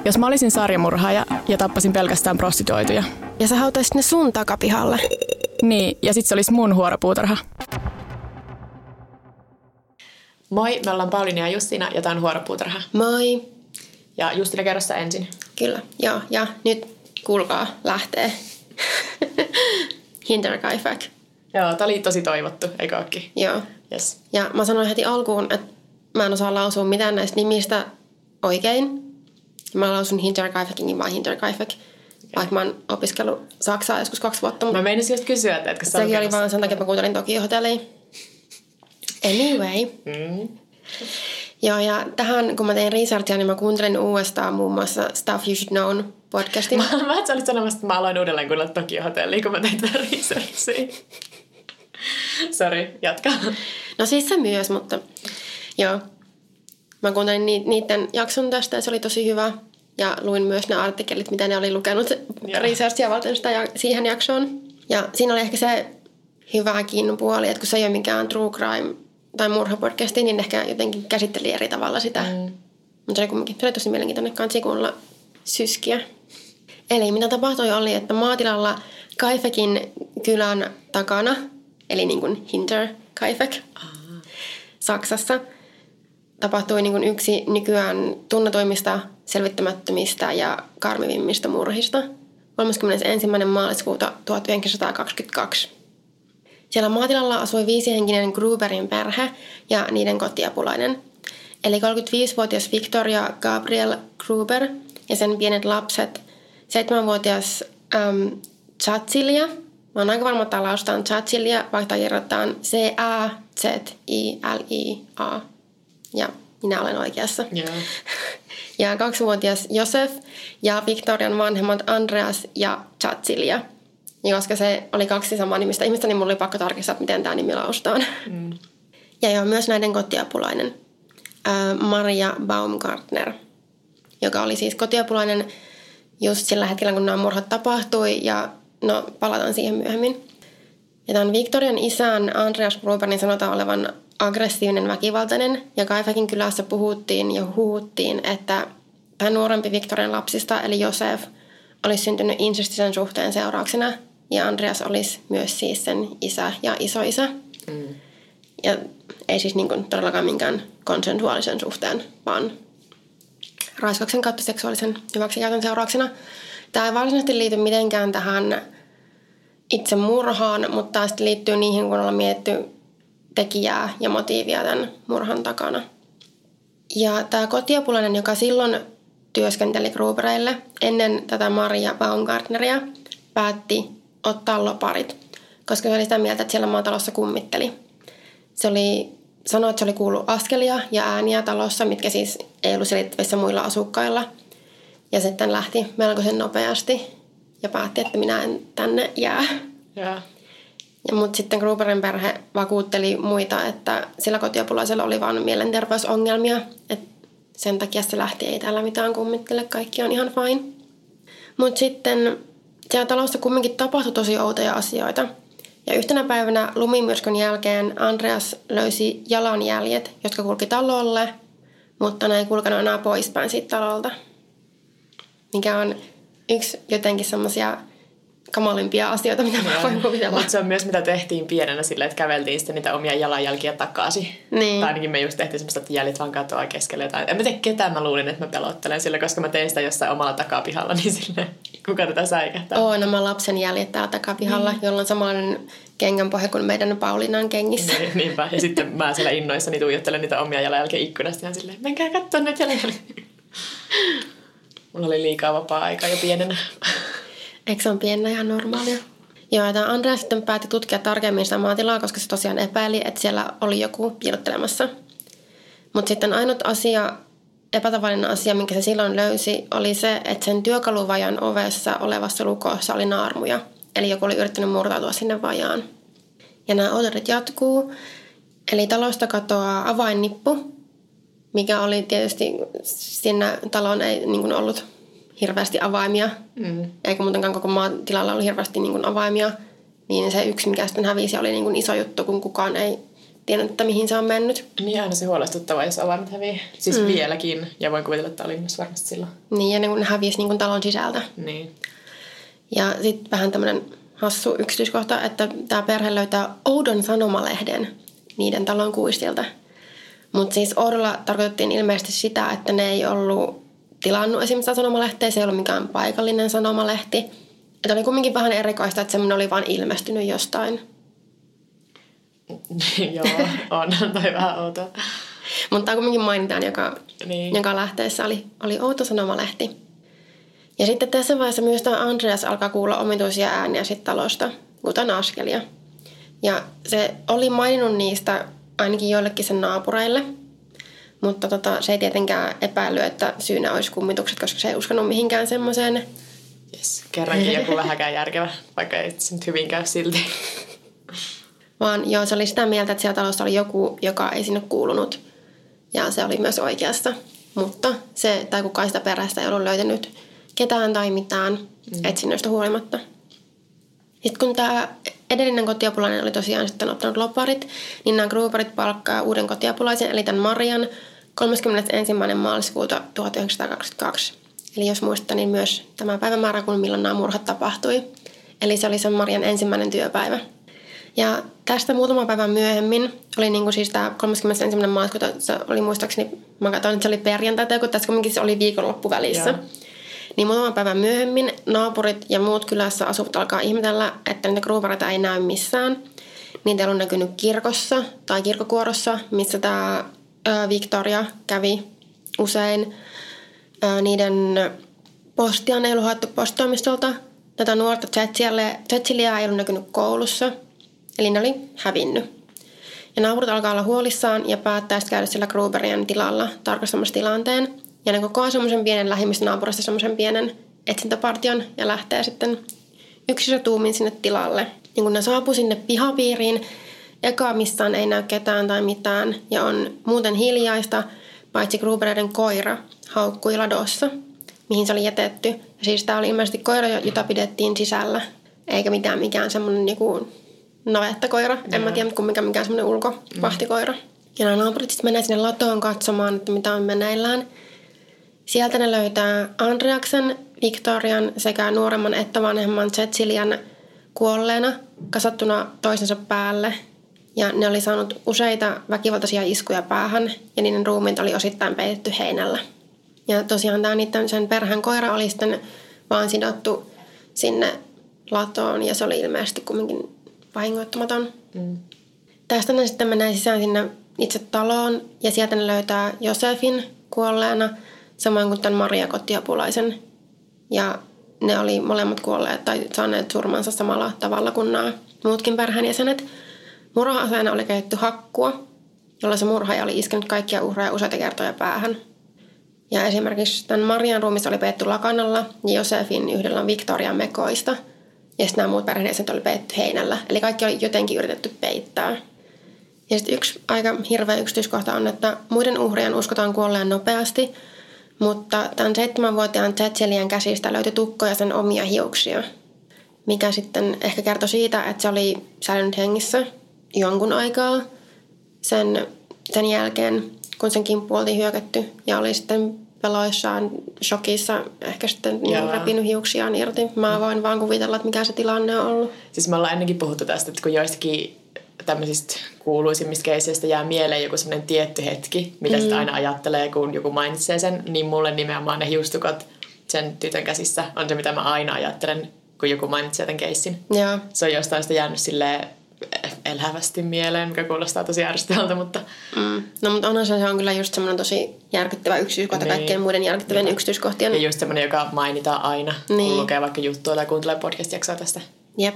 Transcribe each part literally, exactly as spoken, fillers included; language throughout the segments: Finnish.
Jos mä olisin sarjamurhaaja ja tappasin pelkästään prostituoituja. Ja sä hautaisit ne sun takapihalle. Niin, ja sit se olisi mun huoropuutarha. Moi, me ollaan Pauliina ja Justiina ja tää on Huoropuutarha. Moi. Ja Justiina, kerro sä ensin. Kyllä, joo. Ja nyt kuulkaa lähtee. Hinterkaifeck. Joo, tää oli tosi toivottu, eikö ookin? Joo. Yes. Ja mä sanoin heti alkuun, että mä en osaa lausua mitään näistä nimistä oikein. Mä lausun Hinterkaifeckin, niin vaan Hinterkaifeck. Okay. Vaikka mä oon opiskellut saksaa joskus kaksi vuotta. Mä meinasin just kysyä, että etkö sä sekin oli vaan sen takia, että mä kuuntelin Tokio Hotellia. Anyway. Mm. Joo, ja tähän, kun mä tein researchia, niin mä kuuntelin uudestaan muun muassa Stuff You Should Know podcastin. Mä, mä et sä olit sanomassa, että mä aloin uudelleen kuunnella Tokio Hotellia, kun mä tein tätä researchia. Sori, jatka. No siis se myös, mutta joo. Mä kuuntelin ni- niiden jakson tästä ja se oli tosi hyvä. Ja luin myös ne artikkelit, mitä ne oli lukenut yeah. researchia varten sitä ja- siihen jaksoon. Ja siinä oli ehkä se hyväkin puoli, että kun se ei ole mikään true crime tai murhapodcasti, niin ehkä jotenkin käsitteli eri tavalla sitä. Mm. Mutta se oli kumminkin, se oli tosi mielenkiintoinen kansi kuunnella syskiä. Eli mitä tapahtui oli, että maatilalla Kaifekin kylän takana, eli niin kuin Hinterkaifeck, ah. Saksassa, tapahtui niin kuin yksi nykyään tunnetuimmista, selvittämättömistä ja karmivimmista murhista kolmaskymmenesensimmäinen maaliskuuta tuhatyhdeksänsataakaksikymmentäkaksi. Siellä maatilalla asui viisihenkinen Gruberin perhe ja niiden kotiapulainen. Eli kolmekymmentäviisivuotias Victoria Gabriel Gruber ja sen pienet lapset, seitsemänvuotias ähm, Chatzilia. Mä oon aika varma, että lausutaan Chatzilia, vaikka kirjoitetaan C A Z I L I A. Ja minä olen oikeassa. Yeah. Ja kaksivuotias Josef ja Victorian vanhemmat Andreas ja Chatzilia. Ja koska se oli kaksi samaa nimistä ihmistä, niin mulla oli pakko tarkistaa, miten tämä nimi lausutaan. Mm. Ja joo, myös näiden kotiapulainen äh, Maria Baumgartner, joka oli siis kotiapulainen just sillä hetkellä, kun nämä murhat tapahtui. Ja no, palataan siihen myöhemmin. Ja tämän Victorian isän Andreas Gruberin sanotaan olevan aggressiivinen, väkivaltainen. Ja Kaifeckin kylässä puhuttiin ja huuttiin, että tämä nuorempi Victorian lapsista, eli Josef, olisi syntynyt insestisen suhteen seurauksena. Ja Andreas olisi myös siis sen isä ja isoisä. Mm. Ja ei siis niin kuin todellakaan minkään konsensuaalisen suhteen, vaan raiskauksen kautta seksuaalisen hyväksikäytön seurauksena. Tämä ei varsinaisesti liity mitenkään tähän itse murhaan, mutta tämä sitten liittyy niihin, kun ollaan mietitty tekijää ja motiivia tämän murhan takana. Ja tämä kotiapulainen, joka silloin työskenteli Grubereille ennen tätä Maria Baumgartneria, päätti ottaa loparit, koska se oli sitä mieltä, että siellä maatalossa kummitteli. Se oli, sanoi, että se oli kuullut askelia ja ääniä talossa, mitkä siis ei ollut selittävissä muilla asukkailla. Ja sitten lähti melkoisen nopeasti ja päätti, että minä en tänne jää. Yeah. Ja mutta sitten Gruberin perhe vakuutteli muita, että sillä kotiapulaisella oli vain mielenterveysongelmia. Että sen takia se lähti, ei täällä mitään kummittele, kaikki on ihan fine. Mutta sitten siellä talossa kumminkin tapahtui tosi outoja asioita. Ja yhtenä päivänä lumimyrskyn jälkeen Andreas löysi jalanjäljet, jotka kulki talolle, mutta ne ei kulkenut enää poispäin siitä talolta. Mikä on yksi jotenkin semmoisia kamalimpia asioita, mitä mä voin kuvitella. Mutta se on myös, mitä tehtiin pienenä silleen, että käveltiin sitten niitä omia jalanjälkiä takaisin. Niin. Tai ainakin me just tehtiin semmoista, että jäljet vaan katoaa keskelle jotain. En mä tiedä ketään mä luulin, että mä pelottelen sillä, koska mä tein sitä jossain omalla takapihalla, niin silleen, kuka tätä säikähtää. Oo, nämä lapsen jäljet täällä takapihalla, mm. jolla on samanlainen kengänpohja kuin meidän Pauliinan kengissä. Niin, niinpä. Ja sitten mä siellä innoissani tuijottelen niitä omia jalanjälkiä ikkunasta ja silleen, menkää katsoa näitä jalanjälkiä. Mulla oli liikaa vapaa-aikaa jo pienenä. Eikö se on pienenä ihan normaalia? Joo, ja tämä Andreas sitten päätti tutkia tarkemmin sitä maatilaa, koska se tosiaan epäili, että siellä oli joku piilottelemassa. Mutta sitten ainut asia, epätavallinen asia, minkä se silloin löysi, oli se, että sen työkaluvajan ovessa olevassa lukossa oli naarmuja. Eli joku oli yrittänyt murtautua sinne vajaan. Ja nämä outoudet jatkuu. Eli talosta katoaa avainnippu, mikä oli tietysti siinä talon ei niin kuin ollut hirveästi avaimia. Mm. Eikä muutenkaan koko maatilalla ollut hirveästi niin kuin avaimia. Niin se yksi, mikä sitten hävisi, oli niin kuin iso juttu, kun kukaan ei tiennyt, että mihin se on mennyt. Niin aina se huolestuttava, jos avaimet hävii. Siis mm. vieläkin. Ja voin kuvitella, että oli myös varmasti silloin. Niin, ja ne kun ne hävisi niin kuin talon sisältä. Niin. Ja sitten vähän tämmöinen hassu yksityiskohta, että tämä perhe löytää oudon sanomalehden niiden talon kuistilta. Mutta siis oudolla tarkoitettiin ilmeisesti sitä, että ne ei ollut tilannut esimerkiksi sanomalehteä, se ei ollut mikään paikallinen sanomalehti. Että oli kumminkin vähän erikoista, että semmoinen oli vaan ilmestynyt jostain. Joo, on. Tai vähän outoa. Mutta kumminkin mainitaan, joka, niin. joka lähteessä oli, oli outo sanomalehti. Ja sitten tässä vaiheessa myös tämä Andreas alkaa kuulla omituisia ääniä sit talosta, kuten askelia. Ja se oli maininnut niistä ainakin joillekin sen naapureille. Mutta tota, se ei tietenkään epäily, että syynä olisi kummitukset, koska se ei uskonut mihinkään semmoiseen. Yes, kerrankin joku vähäkään järkevä, vaikka ei se nyt hyvin käy silti. Vaan joo, se oli sitä mieltä, että siellä talossa oli joku, joka ei sinne kuulunut. Ja se oli myös oikeassa. Mutta se, tai kukaan sitä perheestä ei ollut löytänyt ketään tai mitään mm. etsinnöistä huolimatta. Sitten kun tämä edellinen kotiapulainen oli tosiaan sitten ottanut loparit, niin nämä Gruberit palkkaa uuden kotiapulaisen, eli tämän Marian, kolmaskymmenesensimmäinen maaliskuuta tuhatyhdeksänsataakaksikymmentäkaksi. Eli jos muistatte, niin myös tämä päivämäärä, kun milloin nämä murhat tapahtui. Eli se oli sen Marian ensimmäinen työpäivä. Ja tästä muutama päivän myöhemmin oli niin kuin siis tämä kolmaskymmenesensimmäinen maaliskuuta, se oli muistaakseni, mä katsoin, että se oli perjantaita, kun tässä kuitenkin se oli viikonloppu välissä. Ja. Niin muutaman päivän myöhemmin naapurit ja muut kylässä asuvat alkaa ihmetellä, että niitä Grubereita ei näy missään. Niitä ei ollut näkynyt kirkossa tai kirkkokuorossa, missä tämä Victoria kävi usein. Niiden postia ei ollut haettu postitoimistolta. Tätä nuorta Cecilia ei ollut näkynyt koulussa, eli ne oli hävinnyt. Ja naapurit alkaa olla huolissaan ja päättää käydä sillä Gruberien tilalla tarkastamassa tilanteen. Ja ne kokoaa semmoisen pienen lähimmistä naapurista semmoisen pienen etsintäpartion ja lähtee sitten yksissä tuumin sinne tilalle. Ja kun ne saapuu sinne pihapiiriin, eka missään ei näy ketään tai mitään ja on muuten hiljaista, paitsi Grubereiden koira haukkui ladossa, mihin se oli jätetty. Ja siis tämä oli ilmeisesti koira, jota pidettiin sisällä, eikä mitään mikään semmoinen niinku navettakoira. En yeah. mä tiedä, kumminkaan mikään semmoinen ulkovahtikoira. Mm. Ja nämä naapurit sitten menee sinne latoon katsomaan, että mitä on meneillään. Sieltä ne löytää Andreaksen, Victorian sekä nuoremman että vanhemman Cecilian kuolleena, kasattuna toisensa päälle. Ja ne oli saanut useita väkivaltaisia iskuja päähän ja niiden ruumiit oli osittain peitetty heinällä. Ja tosiaan tämä niiden sen perheen koira oli sitten vaan sidottu sinne latoon ja se oli ilmeisesti kumminkin vahingoittamaton. Mm. Tästä ne sitten menee sisään sinne itse taloon ja sieltä ne löytää Josefin kuolleena, samoin kuin tämän Maria kotiapulaisen. Ja ne oli molemmat kuolleet tai saaneet surmansa samalla tavalla kuin nämä muutkin perheenjäsenet. Murha-aseena oli käytetty hakkua, jolla se murhaaja oli iskenyt kaikkia uhreja useita kertoja päähän. Ja esimerkiksi tämän Marian ruumis oli peetty lakanalla ja Josefin yhdellä Victorian mekoista. Ja sitten nämä muut perheenjäsenet oli peetty heinällä. Eli kaikki oli jotenkin yritetty peittää. Ja sitten yksi aika hirveä yksityiskohta on, että muiden uhrien uskotaan kuolleen nopeasti, mutta tämän seitsemänvuotiaan Cecilian käsistä löytyi tukkoja sen omia hiuksia, mikä sitten ehkä kertoi siitä, että se oli säilynyt hengissä jonkun aikaa sen, sen jälkeen, kun sen kimppuun oltiin hyökätty ja oli sitten peloissaan, shokissa, ehkä sitten niin räpinyt hiuksiaan irti. Mä voin vaan kuvitella, että mikä se tilanne on ollut. Siis me ollaan ennenkin puhuttu tästä, että kun joistakin tämmöisistä kuuluisimmista keiseistä jää mieleen joku semmoinen tietty hetki, mitä mm. sitä aina ajattelee, kun joku mainitsee sen, niin mulle nimenomaan ne hiustukot sen tytön käsissä on se, mitä mä aina ajattelen, kun joku mainitsee tämän keissin. Joo. Se on jostain sitä jäänyt silleen elävästi mieleen, mikä kuulostaa tosi ärsyttävältä, mutta... Mm. No, mutta onhan se, se on kyllä just semmoinen tosi järkyttävä yksityiskohta niin. Kaikkien muiden järkyttävien ja. yksityiskohtien. Ja just semmoinen, joka mainitaan aina, niin. kun lukee vaikka juttua tai kuuntelee podcast-jaksoa tästä. Jep.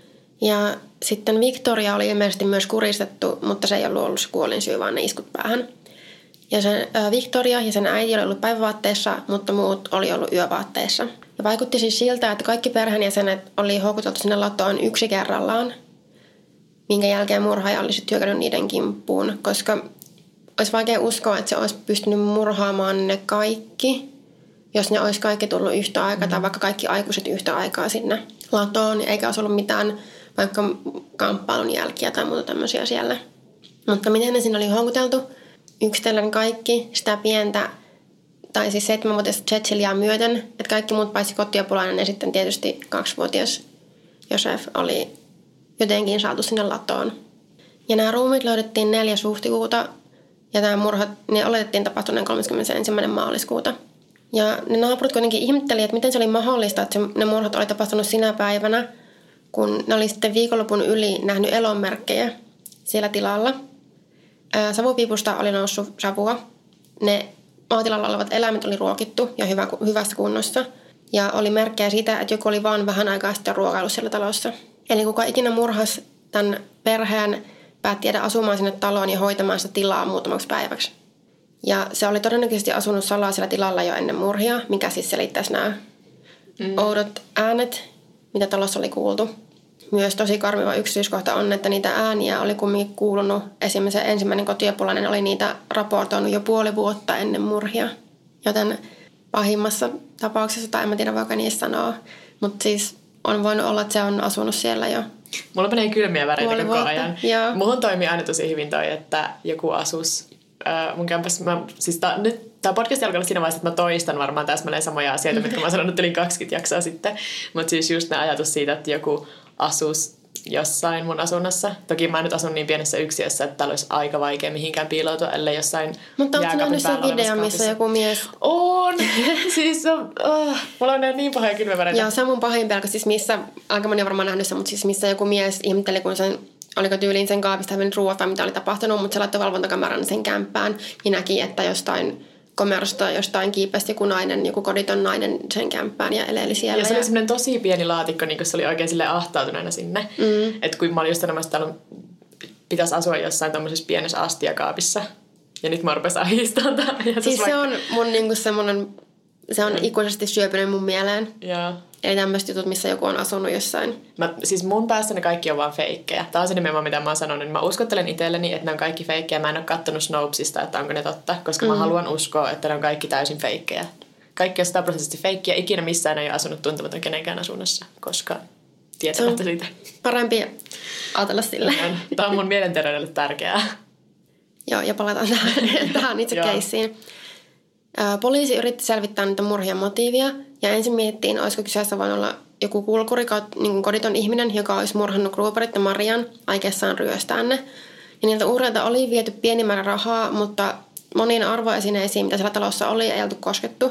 Ja sitten Victoria oli ilmeisesti myös kuristettu, mutta se ei ollut ollut se kuolinsyy, vaan ne iskut päähän. Ja sen ä, Victoria ja sen äiti oli ollut päivävaatteissa, mutta muut oli ollut yövaatteissa. Ja vaikutti siis siltä, että kaikki perheenjäsenet oli houkuteltu sinne latoon yksi kerrallaan, minkä jälkeen murhaaja olisi hyökännyt niiden kimppuun, koska olisi vaikea uskoa, että se olisi pystynyt murhaamaan ne kaikki, jos ne olisi kaikki tullut yhtä aikaa, mm. tai vaikka kaikki aikuiset yhtä aikaa sinne latoon, eikä olisi ollut mitään vaikka kamppailun jälkiä tai muuta tämmöisiä siellä. Mutta miten ne sinne oli houkuteltu? Yksitellen kaikki sitä pientä, tai siis seitsemänvuotias Ceciliaa myöten, että kaikki muut paitsi kotiapulainen ja sitten tietysti kaksivuotias Joseph oli jotenkin saatu sinne latoon. Ja nämä ruumiit löydettiin neljäs huhtikuuta ja nämä murhat, ne oletettiin tapahtuneen kolmaskymmenesensimmäinen maaliskuuta. Ja ne naapurit kuitenkin ihmetteli, että miten se oli mahdollista, että se, ne murhat oli tapahtunut sinä päivänä, kun ne oli sitten viikonlopun yli nähnyt elonmerkkejä siellä tilalla. Ää, savupiipusta oli noussut savua. Ne maatilalla olevat eläimet oli ruokittu ja hyvä, hyvässä kunnossa. Ja oli merkkejä siitä, että joku oli vaan vähän aikaa sitten ruokailu siellä talossa. Eli kuka ikinä murhas tämän perheen, päätti jäädä asumaan sinne taloon ja hoitamaan sitä tilaa muutamaksi päiväksi. Ja se oli todennäköisesti asunut salaa siellä tilalla jo ennen murhia, mikä siis selittäisi nämä mm. oudot äänet, mitä talossa oli kuultu. Myös tosi karmiva yksityiskohta on, että niitä ääniä oli kumminkin kuulunut. Esimerkiksi ensimmäinen kotiapulainen oli niitä raportoinut jo puoli vuotta ennen murhia. Joten pahimmassa tapauksessa, tai en mä tiedä voiko niistä sanoa, mutta siis on voinut olla, että se on asunut siellä jo. Mulla menee kylmiä väreitä koko vuotta. ajan. Joo. Muhun toimii aina tosi hyvin toi, että joku asus äh, mun kämpässä. Mä, siis tää, nyt tää podcast alkaa olla siinä vaiheessa, että mä toistan varmaan täsmälleen samoja asioita, mitkä mä sanonut yli kaksikymmentä jaksoa sitten. Mutta siis just nämä ajatus siitä, että joku asus jossain mun asunnossa. Toki mä en nyt asun niin pienessä yksiössä, että täällä olisi aika vaikea mihinkään piiloutua, ellei jossain mutta jääkaapin päällä. Mutta ootko nähnyt sen video, missä joku mies... On! Siis on... Oh, mulla on niin pahoja kylmäväreitä. Joo, se on mun pahin pelko. Siis missä... Aika moni on varmaan nähnyt sen, mutta siis missä joku mies ihmetteli, kun sen... Oliko tyyliin sen kaapista hävinnyt ruoat vai mitä oli tapahtunut, mutta se laittoi valvontakameran sen kämppään ja näki, että jostain komerosta jostain kiipeästi joku nainen, joku koditon nainen sen kämppään ja eleili siellä. Ja se oli semmoinen tosi pieni laatikko, niin kun se oli oikein silleen ahtautuneena sinne. Mm. Että kun mä olin just sanomassa, että täällä pitäisi asua jossain tommosessa pienessä astiakaapissa. Ja nyt mä rupesin ahistamaan tää. Siis vaikka... se on mun niinku semmoinen, se on mm. ikuisesti syöpynyt mun mieleen. Joo. Eli tämmöiset jutut, missä joku on asunut jossain. Mä, siis mun päässä ne kaikki on vaan feikkejä. Tää on se nimenomaan, mitä mä oon sanonut. Mä uskottelen itselleni, että ne on kaikki feikkejä. Mä en ole kattonut Snopesista, että onko ne totta. Koska mm. mä haluan uskoa, että ne on kaikki täysin feikkejä. Kaikki on sataprosenttisesti feikkiä. Ikinä missään ei ole asunut tuntematon kenenkään asunnossa. Koska tietämättä siitä. Parempi ajatella sille. Tää on mun mielenterveydelle tärkeää. Joo, ja palataan tähän, tähän itse keissiin. Poliisi yritti selvittää niitä murhien motiivia ja ensin miettiin, olisiko kyseessä voinut olla joku kulkuri, niin koditon ihminen, joka olisi murhannut Gruberit ja Marian aikeessaan ryöstää ne. Ja niiltä uhreilta oli viety pieni määrä rahaa, mutta moniin arvoesineisiin, mitä siellä talossa oli, ei oltu koskettu.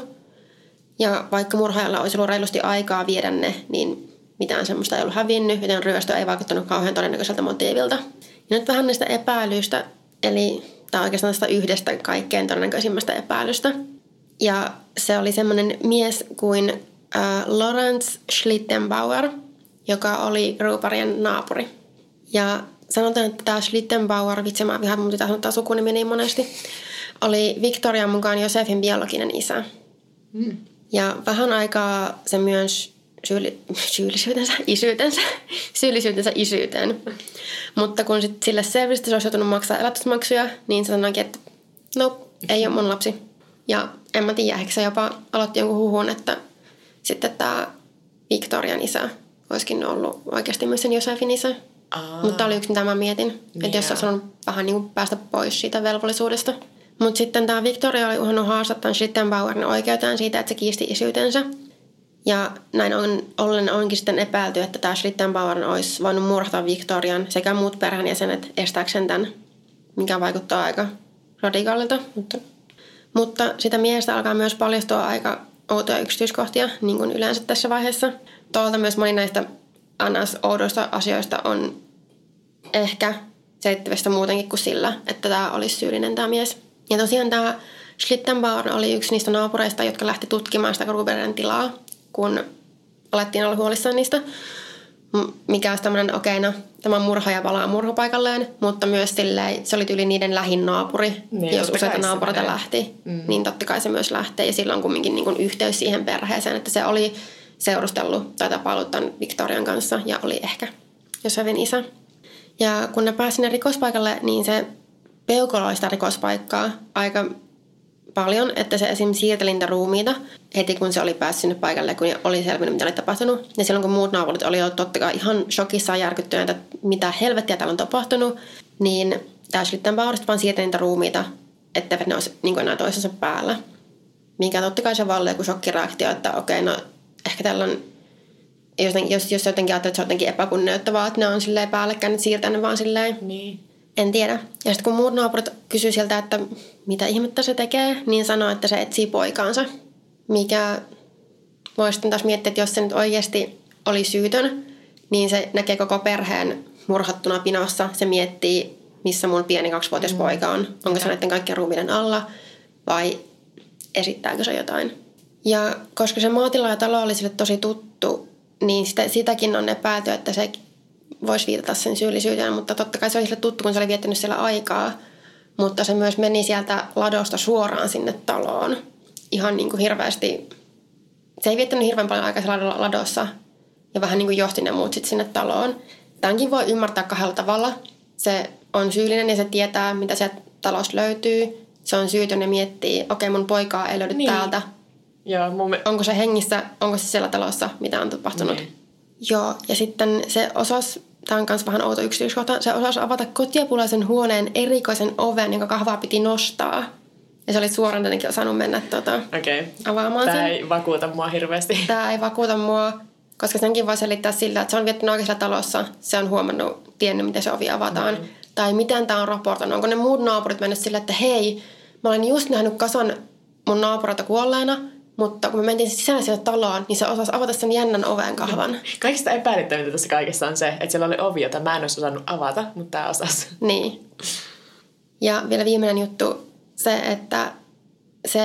Ja vaikka murhaajalla olisi ollut reilusti aikaa viedä ne, niin mitään semmoista ei ollut hävinnyt, joten ryöstö ei vaikuttanut kauhean todennäköiseltä motiivilta. Ja nyt vähän näistä epäilyistä, eli tämä on oikeastaan tästä yhdestä kaikkein todennäköisimmästä epäilystä. Ja se oli semmoinen mies kuin äh, Lorenz Schlittenbauer, joka oli Gruberien naapuri. Ja sanotaan, että tämä Schlittenbauer, vitsi mä vihaan, mun pitää sanoa sukunimi niin monesti, oli Victorian mukaan Josephin biologinen isä. Mm. Ja vähän aikaa se myös syyli, syyllisyytensä, isyytensä, syyllisyytensä isyyteen. Mutta kun sit sille selvisi, se olisi joutunut maksaa elatusmaksuja, niin se sanoikin, että no, ei ole mun lapsi. Ja en mä tiedä, ehkä se jopa aloitti jonkun huhun, että sitten tämä Victorian isä olisikin ollut oikeasti myös sen Josephin isä. Aa. Mutta tämä oli yksi, mitä mä mietin. Yeah. Että jos olisi sanonut vähän niin kuin päästä pois siitä velvollisuudesta. Mutta sitten tämä Victoria oli uhannut haastattaa Schlittenbauerin oikeuteen siitä, että se kiisti isyytensä. Ja näin on, ollen onkin sitten epäilty, että tämä Schlittenbauer olisi voinut murhata Victorian sekä muut perheenjäsenet estääkseen tämän, mikä vaikuttaa aika radikaalilta. Mutta, mutta sitä miestä alkaa myös paljastua aika outoja yksityiskohtia, niin kuin yleensä tässä vaiheessa. Tuolta myös moni näistä N S-oudoista asioista on ehkä selittävistä muutenkin kuin sillä, että tämä olisi syyllinen tämä mies. Ja tosiaan tämä Schlittenbauer oli yksi niistä naapureista, jotka lähti tutkimaan sitä Gruberin tilaa, kun alettiin olla huolissaan niistä, mikä olisi tämmöinen, okei, okay, no, tämä murhaaja palaa murhapaikalleen, mutta myös silleen, se oli yli niiden lähin naapuri. Niin, jos useita naapureita lähti, mm. niin totta kai se myös lähtee. Ja sillä on kumminkin niin kuin yhteys siihen perheeseen, että se oli seurustellut tai tapailut tämän Victorian kanssa ja oli ehkä Josephin isä. Ja kun ne pääsi sinne rikospaikalle, niin se peukoloi sitä rikospaikkaa aika paljon, että se esimerkiksi siirteli niitä ruumiita heti, kun se oli päässyt sinne paikalle, kun oli selvinnyt, mitä oli tapahtunut. Ja silloin, kun muut naapurit oli ollut totta kai ihan shokissa ja järkyttyneitä, että mitä helvettiä täällä on tapahtunut, niin tämä Schlittenbauer vaan siirtää niitä ruumiita, etteivät ne olisi niin enää toisensa päällä. Mikä totta kai se vallee joku shokkireaktio, että okei, no ehkä tällä on, jos, jos jotenkin ajattelee, että se on jotenkin epäkunnioittavaa, että ne on silleen päällekkäin, että siirtää ne vaan silleen. Niin. En tiedä. Ja sitten kun muut naapurit kysyy sieltä, että mitä ihmettä se tekee, niin sanoo, että se etsii poikaansa. Mikä voi sitten taas miettiä, että jos se nyt oikeasti oli syytön, niin se näkee koko perheen murhattuna pinossa. Se miettii, missä mun pieni kaksivuotias mm. poika on. Onko se näiden kaikkien ruumiiden alla vai esittääkö se jotain. Ja koska se maatila ja talo oli sille tosi tuttu, niin sitä, sitäkin on epäilty, että se voisi viitata sen syyllisyyteen. Mutta totta kai se oli sille tuttu, kun se oli viettänyt siellä aikaa. Mutta se myös meni sieltä ladosta suoraan sinne taloon. Ihan niin kuin hirveästi. Se ei viettänyt hirveän paljon aikaa siellä ladossa. Ja vähän niin kuin johti ne muut sitten sinne taloon. Tämänkin voi ymmärtää kahdella tavalla. Se on syyllinen ja se tietää, mitä sieltä talosta löytyy. Se on syytön ja miettii, okei, okay, mun poikaa ei löydy niin. täältä. Joo, mun me... Onko se hengissä, onko se siellä talossa, mitä on tapahtunut. Niin. Joo, ja sitten se osasi, tämä on myös vähän outo yksityiskohta, se osasi avata kotiapulaisen huoneen erikoisen oven, jonka kahvaa piti nostaa. Ja se oli suoraan tietenkin osannut mennä tuota, okay. avaamaan Tämä sen. ei vakuuta mua hirveästi. Tämä ei vakuuta mua, koska senkin voi selittää sillä, että se on viettänyt oikeassa talossa. Se on huomannut, tiennyt, miten se ovi avataan. Mm. Tai miten tämä on raportoinut. Onko ne muut naapurit mennyt sillä, että hei, mä olen just nähnyt kasan mun naapureita kuolleena, mutta kun me mentiin sisään sieltä taloon, niin se osasi avata sen jännän oven kahvan. Kaikista epäilyttävintä tässä kaikessa on se, että siellä oli ovi, jota mä en olisi osannut avata, mutta tämä osasi. Niin. Ja vielä viimeinen juttu, se, että se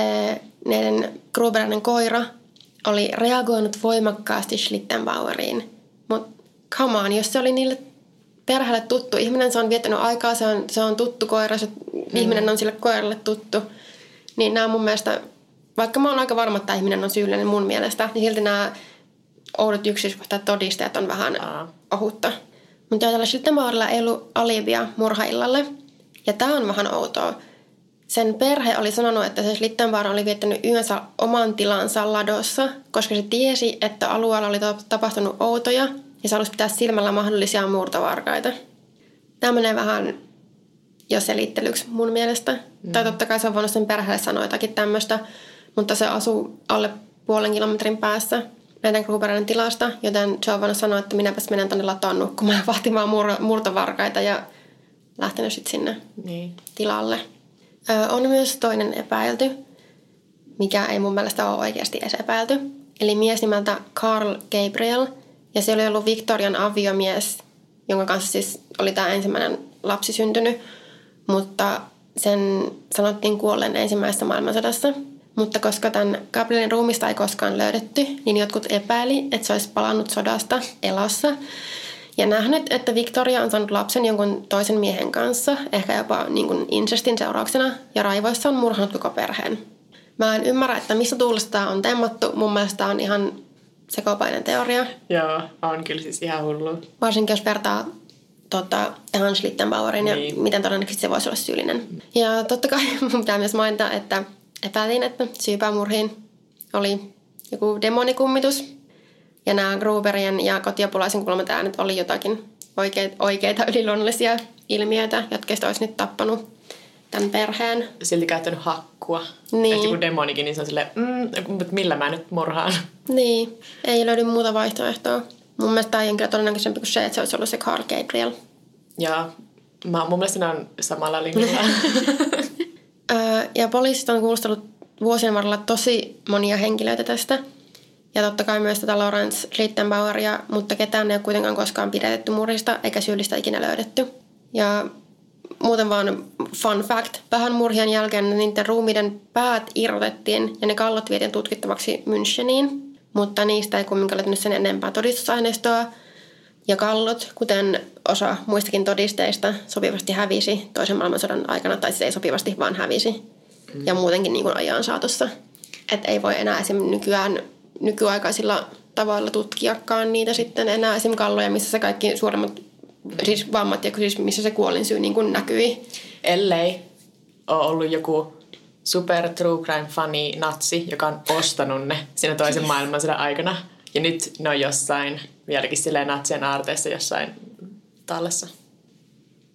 näiden Gruberin koira oli reagoinut voimakkaasti Schlittenbaueriin. Mutta come on, jos se oli niille perheelle tuttu ihminen, se on viettänyt aikaa, se on, se on tuttu koira, se mm. ihminen on sille koiralle tuttu, niin nämä mun mielestä, vaikka mä oon aika varma, että tämä ihminen on syyllinen mun mielestä, niin silti nämä oudot yksityiskohtaiset todisteet on vähän Aa. ohutta. Mutta tällä Schlittenbauerilla ei ollut alibia murhaillalle, ja tämä on vähän outoa. Sen perhe oli sanonut, että se Schlittenbauer oli viettänyt yönsä oman tilansa ladossa, koska se tiesi, että alueella oli tapahtunut outoja, ja se halusi pitää silmällä mahdollisia murtovarkaita. Tämä menee vähän jo selittelyksi mun mielestä. Mm. Tai totta kai se on voinut sen perheelle sanoa jotakin tämmöistä, mutta se asuu alle puolen kilometrin päässä näiden Gruberin tilasta, joten se on voinut sanoa, että minäpäs menen tänne latoon nukkumaan ja vahtimaan mur- murtovarkaita ja lähtenyt sitten sinne niin. tilalle. Ö, on myös toinen epäilty, mikä ei mun mielestä ole oikeasti edes epäilty. Eli mies nimeltä Carl Gabriel. Ja se oli ollut Victorian aviomies, jonka kanssa siis oli tämä ensimmäinen lapsi syntynyt. Mutta sen sanottiin kuolleen ensimmäisessä maailmansodassa. Mutta koska tämän Gabrielin ruumista ei koskaan löydetty, niin jotkut epäili, että se olisi palannut sodasta elossa. Ja nähnyt, että Victoria on saanut lapsen jonkun toisen miehen kanssa, ehkä jopa niin kuin incestin seurauksena, ja raivoissa on murhannut koko perheen. Mä en ymmärrä, että missä tuulesta tämä on temmattu. Mun mielestä tämä on ihan sekopäinen teoria. Joo, on kyllä siis ihan hullu. Varsinkin jos vertaa tota, tähän Schlittenbauerin niin. ja miten todennäköisesti se voisi olla syyllinen. Ja totta kai mun pitää myös mainita, että epäilin, että syypäämurhiin oli joku demonikummitus. Ja nämä Gruberien ja kotiapulaisen kuulemat äänet oli jotakin oikeita, oikeita yliluonnollisia ilmiöitä, jotka olisi nyt tappanut tämän perheen. Silti käyttänyt hakkua. Niin. Että joku demonikin, niin se on silleen, mm, millä mä nyt murhaan? Niin, ei löydy muuta vaihtoehtoa. Mun mielestä tämä on kyllä todennäköisempi kuin se, että se olisi ollut se Carl Gabriel. Joo, mä, mun mielestä ne on samalla linjalla. Ja poliisit on kuulostellut vuosien varrella tosi monia henkilöitä tästä. Ja totta kai myös tätä Lawrence Schlittenbaueria, mutta ketään ei ole kuitenkaan koskaan pidätetty murhista eikä syyllistä ikinä löydetty. Ja muuten vaan fun fact, vähän murhien jälkeen niiden ruumiiden päät irrotettiin ja ne kallot vietiin tutkittavaksi Müncheniin, mutta niistä ei kumminkaan löytynyt sen enempää todistusaineistoa. Ja kallot, kuten osa muistakin todisteista, sopivasti hävisi toisen maailmansodan aikana, tai siis ei sopivasti, vaan hävisi. Mm. Ja muutenkin niin kuin ajan saatossa. Että ei voi enää esimerkiksi nykyään nykyaikaisilla tavoilla tutkiakaan niitä sitten enää esimerkiksi kalloja, missä se kaikki suuremmat siis vammat ja siis missä se kuolinsyy niin kuin näkyi. Ellei ole ollut joku super true crime funny natsi, joka on ostanut ne siinä toisen maailmansodan aikana. Ja nyt ne on jossain, vieläkin silleen natsien aarteessa jossain tallessa.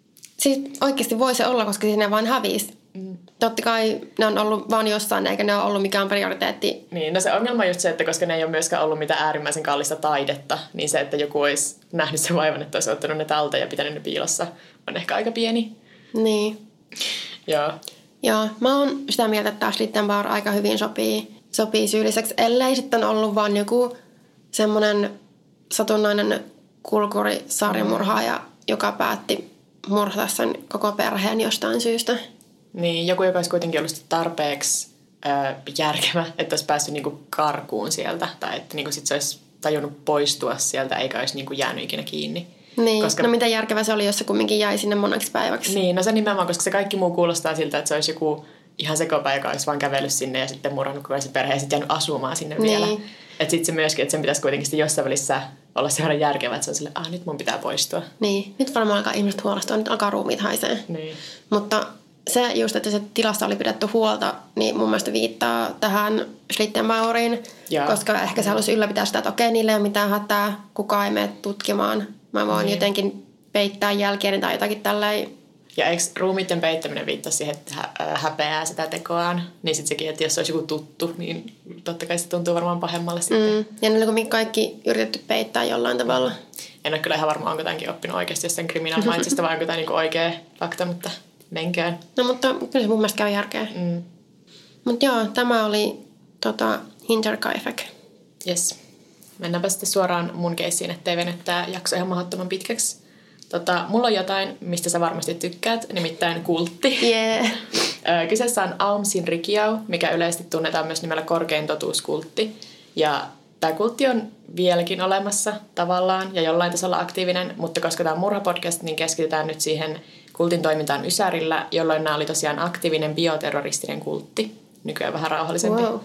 siis oikeasti voi se olla, koska siinä vaan hävisi. Mm. Totta kai ne on ollut vaan jossain, eikä ne ole ollut mikään prioriteetti. Niin, no se ongelma on just se, että koska ne ei ole myöskään ollut mitään äärimmäisen kallista taidetta, niin se, että joku olisi nähnyt sen vaivan, että olisi ottanut ne talteen ja pitänyt ne piilossa, on ehkä aika pieni. Niin. Joo. Joo, mä oon sitä mieltä, että Schlittenbauer aika hyvin sopii, sopii syylliseksi, ellei sitten ollut vaan joku semmoinen satunnainen kulkuri sarjamurhaaja, joka päätti murhata sen koko perheen jostain syystä. Niin, joku, joka olisi kuitenkin ollut tarpeeksi ö, järkevä, että olisi päässyt niinku karkuun sieltä, tai että niinku sit se olisi tajunnut poistua sieltä, eikä olisi niinku jäänyt ikinä kiinni. Niin, koska... no mitä järkevää se oli, jos se kumminkin jäi sinne moneksi päiväksi. Niin, no se nimenomaan, koska se kaikki muu kuulostaa siltä, että se olisi joku ihan sekopä, joka olisi vaan kävellyt sinne ja sitten murhannut koko se perhe ja sitten jäänyt asumaan sinne niin. vielä. Että sitten se myöskin, että sen pitäisi kuitenkin jossain välissä olla se verran järkevä, että se on silleen, ah nyt mun pitää poistua. Niin, nyt varmaan alkaa ihmiset huolestua, nyt alkaa ruumiit haisee. Niin. Mutta se just, että se tilasta oli pidetty huolta, niin mun mielestä viittaa tähän Schlittenbaueriin, Jaa. koska ehkä se halusi ylläpitää sitä, että okei, niille ei ole mitään hätää, kukaan ei mene tutkimaan. Mä voin niin. jotenkin peittää jälkeen tai jotakin tälleen. Ja eikö ruumiiden peittäminen viittasi siihen, että häpeää sitä tekoaan? Niin sitten sekin, että jos se olisi joku tuttu, niin totta kai se tuntuu varmaan pahemmalle sitten. Mm. Ja ne oli kaikki yritetty peittää jollain tavalla. En ole kyllä ihan varma, onko tämänkin oppinut oikeasti jostain Criminal Mindsista vai onko tämä niinku oikea fakta, mutta menköön. No mutta kyllä se mun mielestä käy järkeä. Mm. Mutta joo, tämä oli tota, Hinterkaifeck. Yes. Mennäänpä sitten suoraan mun keissiin, ettei venyttää jakso ihan mahdottoman pitkäksi. Tota, mulla on jotain, mistä sä varmasti tykkäät, nimittäin kultti. Yeah. Kyseessä on Aum Shinrikyo, mikä yleisesti tunnetaan myös nimellä korkein totuuskultti. Ja tämä kultti on vieläkin olemassa tavallaan ja jollain tasolla aktiivinen, mutta koska tämä on murhapodcast, niin keskitytään nyt siihen kultin toimintaan Ysärillä, jolloin nämä oli tosiaan aktiivinen bioterroristinen kultti. Nykyään vähän rauhallisempi. Wow.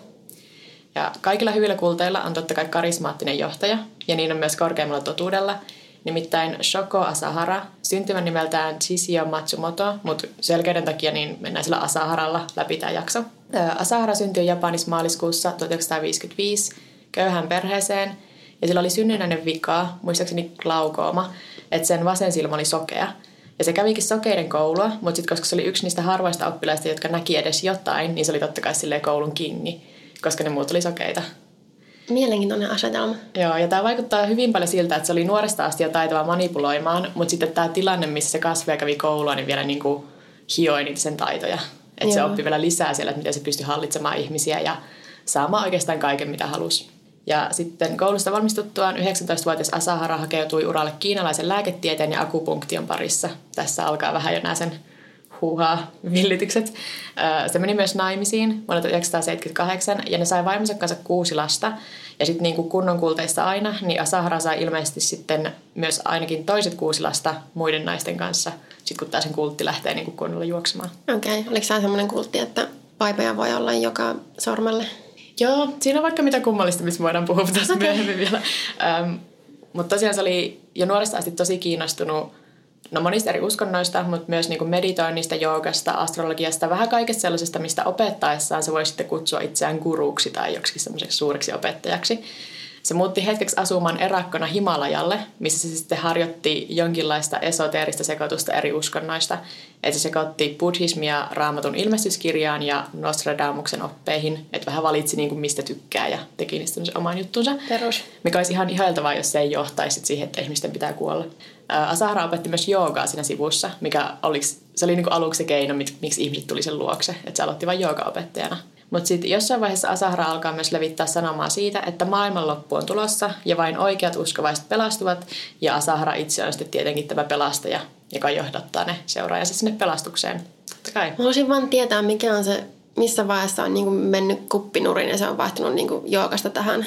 Ja kaikilla hyvillä kulteilla on totta kai karismaattinen johtaja, ja niin on myös korkeimmalla totuudella. Nimittäin Shoko Asahara, syntymän nimeltään Chishio Matsumoto, mutta selkeyden takia niin mennään sillä Asaharalla läpi tämä jakso. Asahara syntyi Japanissa maaliskuussa tuhatyhdeksänsataaviisikymmentäviisi köyhään perheeseen, ja sillä oli synnynnäinen vika, muistaakseni glaukooma, että sen vasen silmä oli sokea. Ja se kävikin sokeiden koulua, mutta sitten koska se oli yksi niistä harvoista oppilaista, jotka näki edes jotain, niin se oli totta kai silleen koulun kiinni, koska ne muut oli sokeita. Mielenkiintoinen asetelma. Joo, ja tämä vaikuttaa hyvin paljon siltä, että se oli nuoresta asti jo taitava manipuloimaan, mutta sitten tämä tilanne, missä se kasvi ja kävi koulua, niin vielä niin kuin hioi niitä sen taitoja. Että se oppi vielä lisää siellä, että miten se pystyi hallitsemaan ihmisiä ja saamaan oikeastaan kaiken, mitä halusi. Ja sitten koulusta valmistuttuaan yhdeksäntoistavuotias Asahara hakeutui uralle kiinalaisen lääketieteen ja akupunktion parissa. Tässä alkaa vähän jo nämä sen huuhaa villitykset. Se meni myös naimisiin vuonna tuhatyhdeksänsataaseitsemänkymmentäkahdeksan ja ne sai vaimonsa kanssa kuusi lasta. Ja sitten niin kuin kunnon kulteissa aina, niin Asahara sai ilmeisesti sitten myös ainakin toiset kuusi lasta muiden naisten kanssa, sitten kun taas sen kultti lähtee niin kuin kunnolla juoksemaan. Okei, okay. Oliko tämä semmoinen kultti, että vaipoja voi olla joka sormelle? Joo, siinä on vaikka mitä kummallista, missä voidaan puhua taas okay. myöhemmin vielä. Ähm, mutta tosiaan se oli jo nuoresta asti tosi kiinnostunut no monista eri uskonnoista, mutta myös niin kuin meditoinnista, joogasta, astrologiasta, vähän kaikesta sellaisesta, mistä opettaessaan se voi sitten kutsua itseään guruksi tai joksikin semmoiseksi suureksi opettajaksi. Se muutti hetkeksi asumaan erakkona Himalajalle, missä se sitten harjoitti jonkinlaista esoteerista sekoitusta eri uskonnoista. Että se sekoitti buddhismia Raamatun ilmestyskirjaan ja Nostradamuksen oppeihin, että vähän valitsi niin kuin mistä tykkää ja teki niistä oman juttunsa. Perus. Mikä olisi ihan ihailtavaa, jos se ei johtaisi siihen, että ihmisten pitää kuolla. Asahara opetti myös joogaa siinä sivussa, mikä olisi, se oli niin kuin aluksi se keino, miksi ihmiset tuli sen luokse, että se aloitti vain joogaopettajana. Mutta sitten jossain vaiheessa Asahara alkaa myös levittää sanomaa siitä, että maailmanloppu on tulossa ja vain oikeat uskovaiset pelastuvat. Ja Asahara itse on sitten tietenkin tämä pelastaja, joka johdattaa ne seuraajansa sinne pelastukseen. Totta kai. Mä haluaisin vaan tietää, mikä on se, missä vaiheessa on niinku mennyt kuppinurin ja se on vaihtunut niinku joogasta tähän.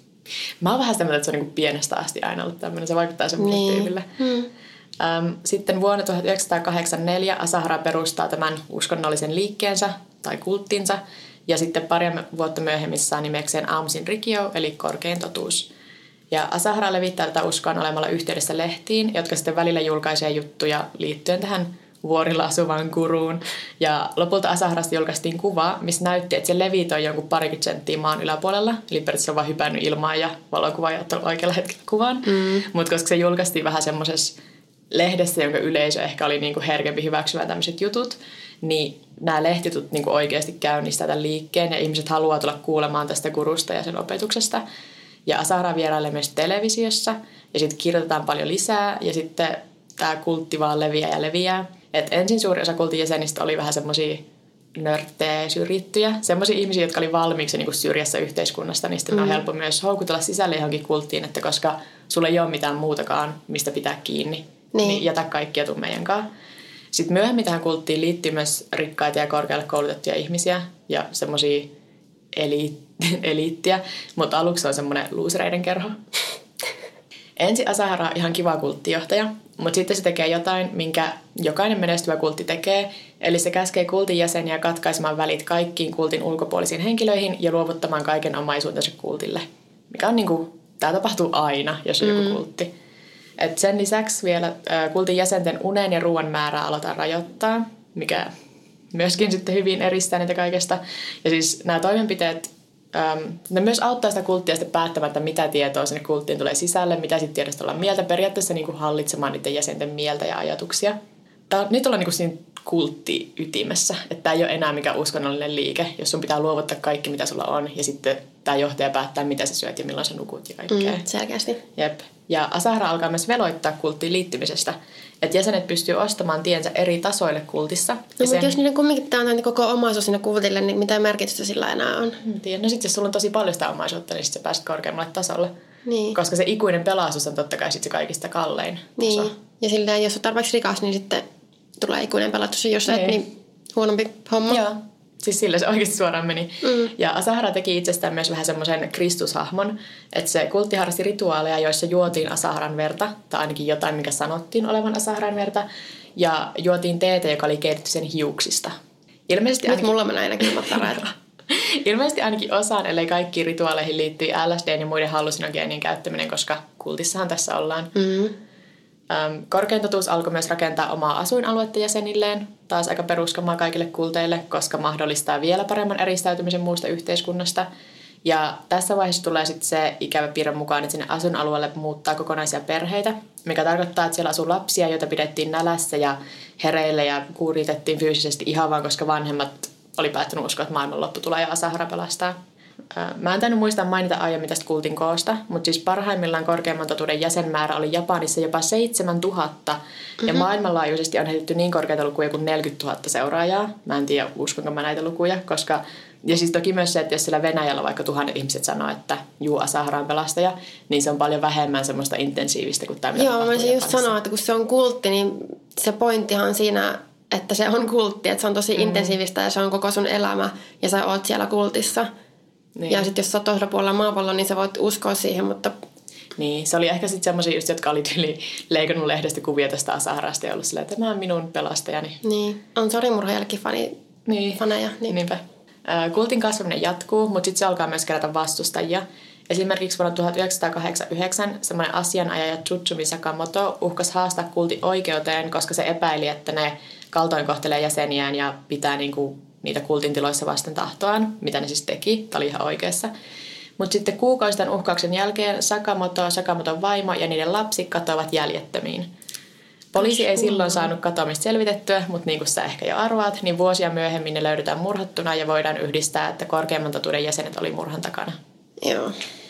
Mä oon vähän sitä mieltä, että se on niinku pienestä asti aina ollut tämmöinen. Se vaikuttaa semmoiselle niin. tyylille. Hmm. Sitten vuonna tuhatyhdeksänsataakahdeksankymmentäneljä Asahara perustaa tämän uskonnollisen liikkeensä tai kulttinsa. Ja sitten pari vuotta myöhemmin saa nimekseen Aum Shinrikyo, eli korkein totuus. Ja Asahara levittää tätä uskoa olemalla yhteydessä lehtiin, jotka sitten välillä julkaisee juttuja liittyen tähän vuorilla asuvaan guruun. Ja lopulta Asaharasta julkaistiin kuva, missä näytti, että se levitoi jonkun parikymmentä senttiä maan yläpuolella. Eli periaatteessa on vaan hypännyt ilmaan ja valokuva ja ottanut oikealla hetkellä kuvan. Mm. Mutta koska se julkaistiin vähän semmoisessa lehdessä, jonka yleisö ehkä oli niin kuin herkempi hyväksymään tämmöiset jutut, niin nämä lehtijutut niin kuin oikeasti käynnistää tämän liikkeen ja ihmiset haluaa tulla kuulemaan tästä gurusta ja sen opetuksesta. Ja Azahara vierailee myös televisiossa ja sitten kirjoitetaan paljon lisää ja sitten tämä kultti vaan leviää ja leviää. Et ensin suuri osa kultin jäsenistä oli vähän semmoisia nörttejä, syrjittyjä. Semmoisia ihmisiä, jotka oli valmiiksi niin kuin syrjässä yhteiskunnasta, niin sitten mm. on helppo myös houkutella sisälle johonkin kulttiin, että koska sulla ei ole mitään muutakaan, mistä pitää kiinni, niin, niin jätä kaikkia tuu meidän kanssa. Sitten myöhemmin tähän kulttiin liittyy myös rikkaita ja korkealle koulutettuja ihmisiä ja semmoisia eli- eliittiä, mutta aluksi on semmoinen luusereiden kerho. Ensin Azahara on ihan kiva kulttijohtaja, mutta sitten se tekee jotain, minkä jokainen menestyvä kultti tekee, eli se käskee kultin jäseniä katkaisemaan välit kaikkiin kultin ulkopuolisiin henkilöihin ja luovuttamaan kaiken omaisuutensa kultille. Mikä on niinku, tää tapahtuu aina, jos on mm. joku kultti. Et sen lisäksi vielä ä, kultin jäsenten unen ja ruoan määrää aletaan rajoittaa, mikä myöskin sitten hyvin eristää niitä kaikesta. Ja siis nämä toimenpiteet, äm, ne myös auttaa sitä kulttia sitten päättämättä, mitä tietoa sinne kulttiin tulee sisälle, mitä sitten tiedosta ollaan mieltä, periaatteessa niin kuin hallitsemaan niiden jäsenten mieltä ja ajatuksia. Tää, nyt ollaan niin kuin siinä kulttiytimessä, että tämä ei ole enää mikään uskonnollinen liike, jos sun pitää luovuttaa kaikki, mitä sulla on, ja sitten tämä johtaja päättää, mitä sä syöt ja milloin sä nukut ja kaikkea. Mm, selkeästi. Jep. Ja Azahara alkaa myös veloittaa kulttiin liittymisestä, että jäsenet pystyy ostamaan tiensä eri tasoille kultissa. No, sen... mutta jos niiden kumminkin tämä on koko omaisuus sinne kultille, niin mitä merkitystä sillä enää on? En tiedä. No sitten jos sulla on tosi paljon sitä omaisuutta, niin sitten sä pääset korkeammalle tasolle. Niin. Koska se ikuinen pelastus on totta kai sitten se kaikista kallein niin. osa. Ja sillä jos on tarpeeksi rikas, niin sitten tulee ikuinen pelastus. Jos niin. et, niin huonompi homma. Joo. Siis sillä se oikeasti suoraan meni. Mm. Ja Azahara teki itsestään myös vähän semmoisen kristushahmon, että se kultti harrasti rituaaleja, joissa juotiin Azaharan verta, tai ainakin jotain, mikä sanottiin olevan Azaharan verta, ja juotiin teetä, joka oli keitetty sen hiuksista. Ilmeisesti Nyt ainakin... mulla menee ainakin ilmoittareita. Ilmeisesti ainakin osaan, ellei kaikkiin rituaaleihin liittyy L S D:n ja muiden hallusinogeenien käyttäminen, koska kultissahan tässä ollaan. Mm. Ähm, Korkein totuus alkoi myös rakentaa omaa asuinaluetta jäsenilleen, taas aika peruskamaa kaikille kulteille, koska mahdollistaa vielä paremman eristäytymisen muusta yhteiskunnasta. Ja tässä vaiheessa tulee sitten se ikävä piirre mukaan, että sinne asuinalueelle muuttaa kokonaisia perheitä, mikä tarkoittaa, että siellä asuu lapsia, joita pidettiin nälässä ja hereillä ja kuritettiin fyysisesti ihan vaan, koska vanhemmat oli päättänyt uskoa, että maailmanloppu tulee ja Azahara pelastaa. Mä en tainnut muistaa mainita aiemmin tästä kultin koosta, mutta siis parhaimmillaan korkeimman totuuden jäsenmäärä oli Japanissa jopa seitsemäntuhatta mm-hmm. ja maailmanlaajuisesti on heitetty niin korkeita lukuja kuin neljäkymmentätuhatta seuraajaa. Mä en tiedä, uskonko mä näitä lukuja, koska... Ja siis toki myös se, että jos siellä Venäjällä vaikka tuhannet ihmiset sanoo, että juu, Azahara on pelastaja, niin se on paljon vähemmän semmoista intensiivistä kuin tämä, mitä Joo, mä just sanoa, että kun se on kultti, niin se pointtihan on siinä, että se on kultti, että se on tosi mm-hmm. intensiivistä ja se on koko sun elämä ja sä oot siellä kultissa. Niin. Ja sitten jos sä oot toisella puolella maapalloa, niin sä voit uskoa siihen, mutta... Niin, se oli ehkä sitten semmoisia just, jotka oli tyyli leikannut lehdestä kuvia tästä Azaharasta ja ollut silleen, että tämä on minun pelastajani. Niin, on Sorimurha jälkeen fani, niin. faneja. Niin. Niinpä. Kultin kasvaminen jatkuu, mutta sitten se alkaa myös kerätä vastustajia. Esimerkiksi vuonna tuhatyhdeksänsataakahdeksankymmentäyhdeksän semmoinen asianajaja Tsutsumi Sakamoto uhkasi haastaa kultin oikeuteen, koska se epäili, että ne kaltoinkohtelee jäseniään ja pitää niinku niitä kultin tiloissa vasten tahtoaan, mitä ne siis teki. Tämä oli ihan oikeassa. Mutta sitten kuukausi tämän uhkauksen jälkeen Sakamoto, Sakamoton vaimo ja niiden lapsi katoavat jäljettömiin. Poliisi ei silloin saanut katoamista selvitettyä, mutta niin kuin sä ehkä jo arvaat, niin vuosia myöhemmin ne löydetään murhattuna ja voidaan yhdistää, että korkeimman totuuden jäsenet oli murhan takana. Joo.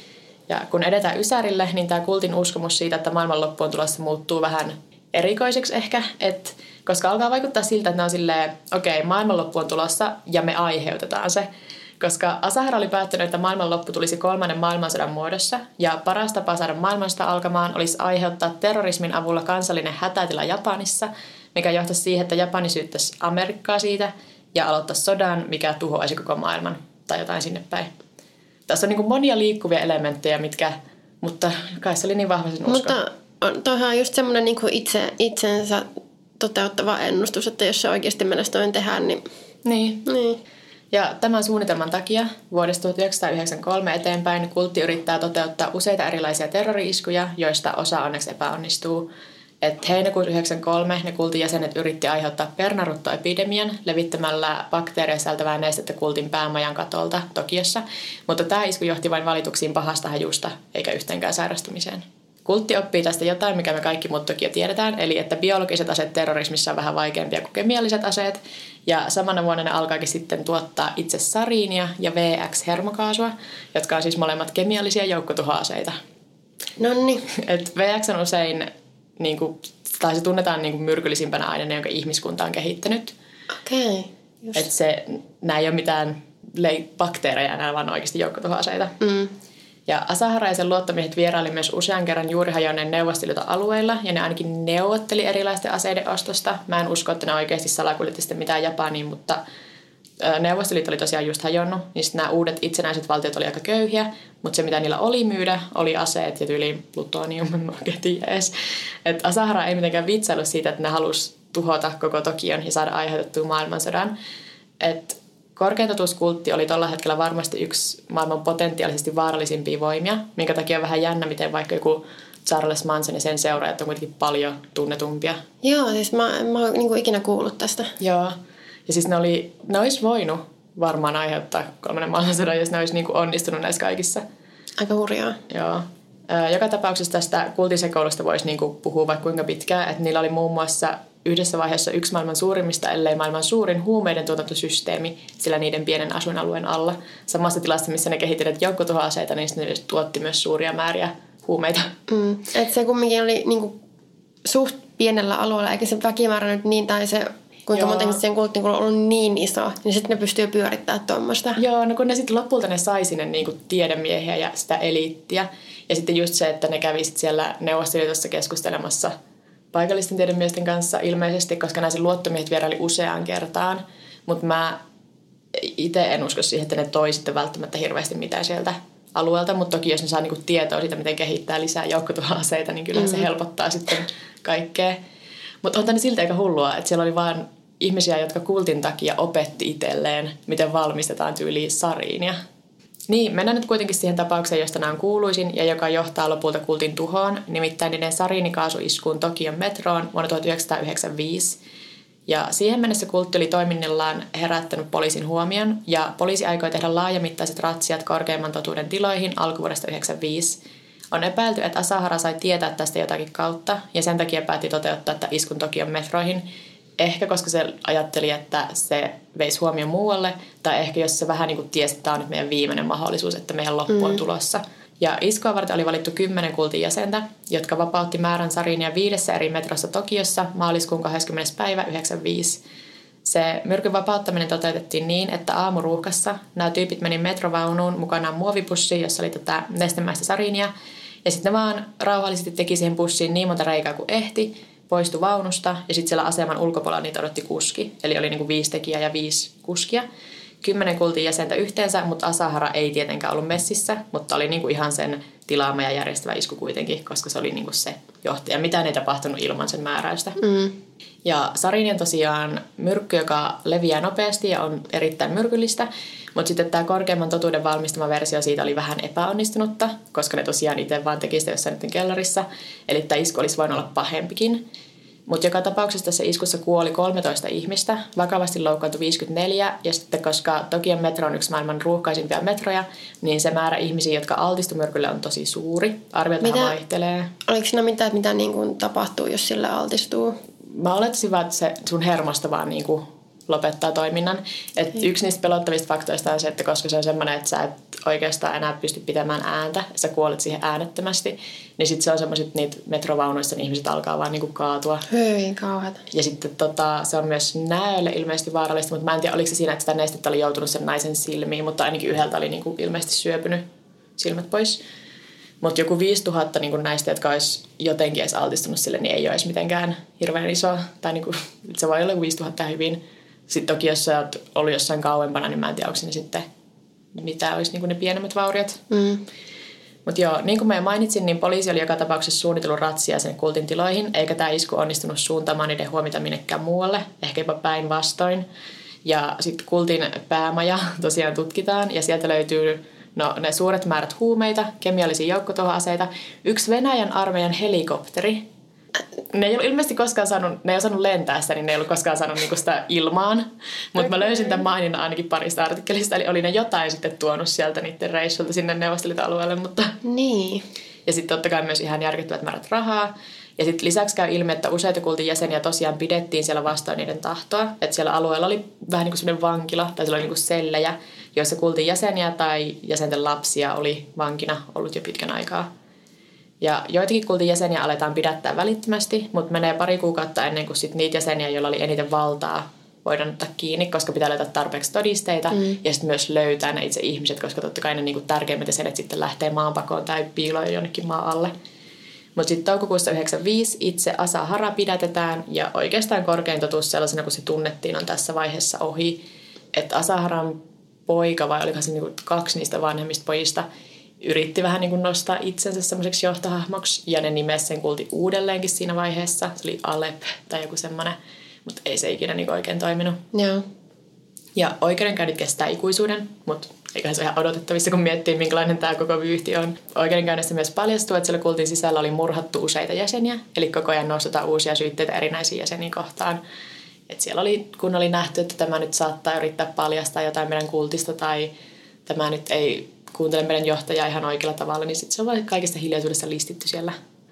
Ja kun edetään Ysärille, niin tämä kultin uskomus siitä, että maailmanloppu on tulossa, muuttuu vähän erikoiseksi ehkä, että koska alkaa vaikuttaa siltä, että ne on silleen, okei, okay, maailmanloppu on tulossa ja me aiheutetaan se. Koska Azahara oli päättänyt, että maailmanloppu tulisi kolmannen maailmansodan muodossa ja paras tapa saada maailmasta alkamaan olisi aiheuttaa terrorismin avulla kansallinen hätätila Japanissa, mikä johtaisi siihen, että Japani syyttäisi Amerikkaa siitä ja aloittaisi sodan, mikä tuhoaisi koko maailman tai jotain sinne päin. Tässä on niin kuin monia liikkuvia elementtejä, mitkä, mutta kai se oli niin vahva sen usko. Mutta toihan on just semmoinen niin kuin itse, itsensä toteuttava ennustus, että jos se oikeasti mennessä noin tehdään, niin... Niin. niin. Ja tämän suunnitelman takia vuodesta tuhatyhdeksänsataayhdeksänkymmentäkolme eteenpäin kultti yrittää toteuttaa useita erilaisia terrori-iskuja, joista osa onneksi epäonnistuu. Et heinäkuussa yhdeksänkymmentäkolme ne kultin jäsenet yritti aiheuttaa pernaruttoepidemian levittämällä bakteeria sisältävää nestettä kultin päämajan katolta Tokiossa, mutta tämä isku johti vain valituksiin pahasta hajusta eikä yhteenkään sairastumiseen. Kultti oppii tästä jotain, mikä me kaikki muut toki jo tiedetään, eli että biologiset aseet terrorismissa on vähän vaikeampia kuin kemialliset aseet. Ja samana vuonna ne alkaakin sitten tuottaa itse sariinia ja V X-hermokaasua, jotka on siis molemmat kemiallisia joukkotuhoaseita. Nonni. Et V X on usein, niin kuin, tai se tunnetaan niin kuin myrkyllisimpänä aineena, jonka ihmiskunta on kehittänyt. Okei. Okay, että se, nämä ei ole mitään bakteereja enää, vaan oikeasti joukkotuhoaseita. Mm. Ja Asahara ja sen luottomiehet vieraili myös usean kerran juuri hajonneen Neuvostoliiton alueilla, ja ne ainakin neuvotteli erilaisten aseiden ostosta. Mä en usko, että ne oikeasti salakuljetti sitten mitään Japaniin, mutta Neuvostoliitto oli tosiaan just hajonnut, niin nämä uudet itsenäiset valtiot oli aika köyhiä, mutta se mitä niillä oli myydä oli aseet ja tyyliin plutonium, en oikein tiedä edes. Että Asahara ei mitenkään vitsailu siitä, että ne halusi tuhota koko Tokion ja saada aiheutettua maailmansodan. Että korkein totuuskultti oli tuolla hetkellä varmasti yksi maailman potentiaalisesti vaarallisimpia voimia, minkä takia on vähän jännä, miten vaikka joku Charles Manson ja sen seuraajat on kuitenkin paljon tunnetumpia. Joo, siis mä en mä oon niinku ikinä kuullut tästä. Joo, ja siis ne, oli, ne olisi voinut varmaan aiheuttaa kolmannen maailmansodan, jos ne olisi niinku onnistunut näissä kaikissa. Aika hurjaa. Joo. Joka tapauksessa tästä kultisekoilusta voisi niinku puhua vaikka kuinka pitkään, että niillä oli muun muassa yhdessä vaiheessa yksi maailman suurimmista, ellei maailman suurin huumeiden tuotantosysteemi sillä niiden pienen asuinalueen alla. Samassa tilassa, missä ne kehittivät joukkotuhoaseita, niin ne tuotti myös suuria määriä huumeita. Mm. Et se kumminkin oli niinku suht pienellä alueella, eikä se väkimäärä nyt niin, tai se kuinka monta ihmistä sen kulttiin on ollut niin iso, niin sitten ne pystyy pyörittämään tuommoista. Joo, no kun ne sitten lopulta ne sai sinne niinku tiedemiehiä ja sitä eliittiä. Ja sitten just se, että ne kävi sit siellä Neuvostoliitossa keskustelemassa paikallisten tiedemiesten kanssa ilmeisesti, koska näissä luottomiehet vieraili useaan kertaan. Mutta mä itse en usko siihen, että ne toi sitten välttämättä hirveästi mitään sieltä alueelta. Mutta toki jos ne saa niinku tietoa siitä, miten kehittää lisää joukkotuhoaseita, niin kyllä mm-hmm. se helpottaa sitten kaikkea. Mutta on tänne siltä aika hullua, että siellä oli vaan ihmisiä, jotka kultin takia opetti itselleen, miten valmistetaan tyyliin sariinia. Niin, mennään nyt kuitenkin siihen tapaukseen, josta nämä on kuuluisin ja joka johtaa lopulta kultin tuhoon, nimittäin niiden sariinikaasuiskuun Tokion metroon vuonna tuhatyhdeksänsataayhdeksänkymmentäviisi. Ja siihen mennessä kultti oli toiminnillaan herättänyt poliisin huomion ja poliisi aikoi tehdä laajamittaiset ratsiat korkeimman totuuden tiloihin alkuvuodesta yhdeksänkymmentäviisi. On epäilty, että Asahara sai tietää tästä jotakin kautta ja sen takia päätti toteuttaa että iskun Tokion metroihin. Ehkä koska se ajatteli, että se veisi huomioon muualle, tai ehkä jos se vähän niin kuin tiesi, että tämä on nyt meidän viimeinen mahdollisuus, että meidän loppu on mm. tulossa. Ja iskua varten oli valittu kymmenen kultin jäsentä, jotka vapautti määrän sariinia viidessä eri metrossa Tokiossa maaliskuun kahdeskymmenes päivä yhdeksänkymmentäviisi. Se myrkyn vapauttaminen toteutettiin niin, että aamuruuhkassa nämä tyypit meni metrovaunuun mukanaan muovipussiin, jossa oli tätä nestemäistä sariinia, ja sitten ne vaan rauhallisesti teki siihen pussiin niin monta reikää kuin ehti, poistui vaunusta ja sitten siellä aseman ulkopuolella niitä odotti kuski. Eli oli niinku viisi tekijää ja viisi kuskia. Kymmenen kultin jäsentä yhteensä, mutta Asahara ei tietenkään ollut messissä, mutta oli niinku ihan sen tilaama ja järjestävä isku kuitenkin, koska se oli niinku se johtaja. Mitään ei tapahtunut ilman sen määräystä. Mm. Ja sariini on tosiaan myrkky, joka leviää nopeasti ja on erittäin myrkyllistä. Mutta sitten tämä korkeimman totuuden valmistama versio siitä oli vähän epäonnistunutta, koska ne tosiaan itse vaan teki sitä jossain nyt kellarissa. Eli tämä isku olisi voinut olla pahempikin. Mutta joka tapauksessa tässä iskussa kuoli kolmetoista ihmistä, vakavasti loukkaantui viisikymmentäneljä. Ja sitten koska Tokion metro on yksi maailman ruuhkaisimpia metroja, niin se määrä ihmisiä, jotka altistu myrkylle on tosi suuri. Arviot vaihtelee. Oliko siinä mitään, että mitä niin kuin tapahtuu, jos sille altistuu? Mä olettaisin vaan, että se sun hermosta vaan niin kuin lopettaa toiminnan. Et yksi niistä pelottavista faktoista on se, että koska se on semmoinen, että sä et oikeastaan enää pysty pitämään ääntä, sä kuolet siihen äänettömästi, niin sitten se on semmoiset niitä metrovaunuissa, niin ihmiset alkaa vaan niinku kaatua. Hyi, kauheata. Ja sitten tota, se on myös näölle ilmeisesti vaarallista, mutta mä en tiedä, oliko se siinä, että sitä nestettä oli joutunut sen naisen silmiin, mutta ainakin yhdeltä oli niinku ilmeisesti syöpynyt silmät pois. Mutta joku viisituhatta niinku näistä, jotka olisi jotenkin edes altistunut sille, niin ei ole edes mitenkään hirveän iso. Tai niinku, se voi olla viisituhatta hyvin. Sitten toki, jos sä oot ollut jossain kauempana, niin mä en tiedä, onko ne sitten, mitä olisi niin ne pienemmät vauriot. Mm. Mutta joo, niin kuin mä jo mainitsin, niin poliisi oli joka tapauksessa suunnitellut ratsia sen kultin tiloihin, eikä tämä isku onnistunut suuntaamaan niiden huomiota minnekään muualle, ehkä jopa päinvastoin. Ja sitten kultin päämaja tosiaan tutkitaan, ja sieltä löytyy no, ne suuret määrät huumeita, kemiallisia joukkotuhoaseita, yksi Venäjän armeijan helikopteri, Ne ei ollut ilmeisesti koskaan saanut, ne ei osannut lentää sitä, niin ne ei ollut koskaan saanut niinku sitä ilmaan. Mutta okay. Mä löysin tämän maininnan ainakin parista artikkelista, eli oli ne jotain sitten tuonut sieltä niiden reissulta sinne Neuvostoliiton-alueelle. Mutta... Niin. Ja sitten totta kai myös ihan järkyttävät määrät rahaa. Ja sitten lisäksi käy ilmi, että useita kultin jäseniä tosiaan pidettiin siellä vastaan niiden tahtoa. Että siellä alueella oli vähän niin kuin sellainen vankila, tai siellä oli niin kuin sellejä, joissa kultin jäseniä tai jäsenten lapsia oli vankina ollut jo pitkän aikaa. Ja joitakin kultin jäseniä aletaan pidättää välittömästi, mutta menee pari kuukautta ennen kuin sit niitä jäseniä, joilla oli eniten valtaa, voidaan ottaa kiinni, koska pitää löytää tarpeeksi todisteita mm. ja sitten myös löytää ne itse ihmiset, koska totta kai ne niinku tärkeimmät jäsenet sitten lähtee maanpakoon tai piiloon jonnekin maan alle. Mutta sitten toukokuussa yhdeksänkymmentäviisi itse Asahara pidätetään ja oikeastaan korkein totuus sellaisena, kun se tunnettiin, on tässä vaiheessa ohi. Että Asaharan poika, vai olikohan se niinku kaksi niistä vanhemmista pojista, yritti vähän niinku nostaa itsensä semmoiseksi johtohahmoksi ja ne nimesi sen kultin uudelleenkin siinä vaiheessa. Se oli Alep tai joku semmoinen, mutta ei se ikinä niinku oikein toiminut. Joo. Ja oikeudenkäynnit kestää ikuisuuden, mutta eiköhän se ole ihan odotettavissa, kun miettii, minkälainen tämä koko vyyhti on. Oikeudenkäynnissä myös paljastuu, että siellä kultin sisällä oli murhattu useita jäseniä, eli koko ajan nostetaan uusia syytteitä erinäisiä jäseniä kohtaan. Et siellä oli, kun oli nähty, että tämä nyt saattaa yrittää paljastaa jotain meidän kultista tai tämä nyt ei kuuntele meidän johtajaa ihan oikealla tavalla, niin sitten se on vain kaikista hiljaisuudessa listitty siellä.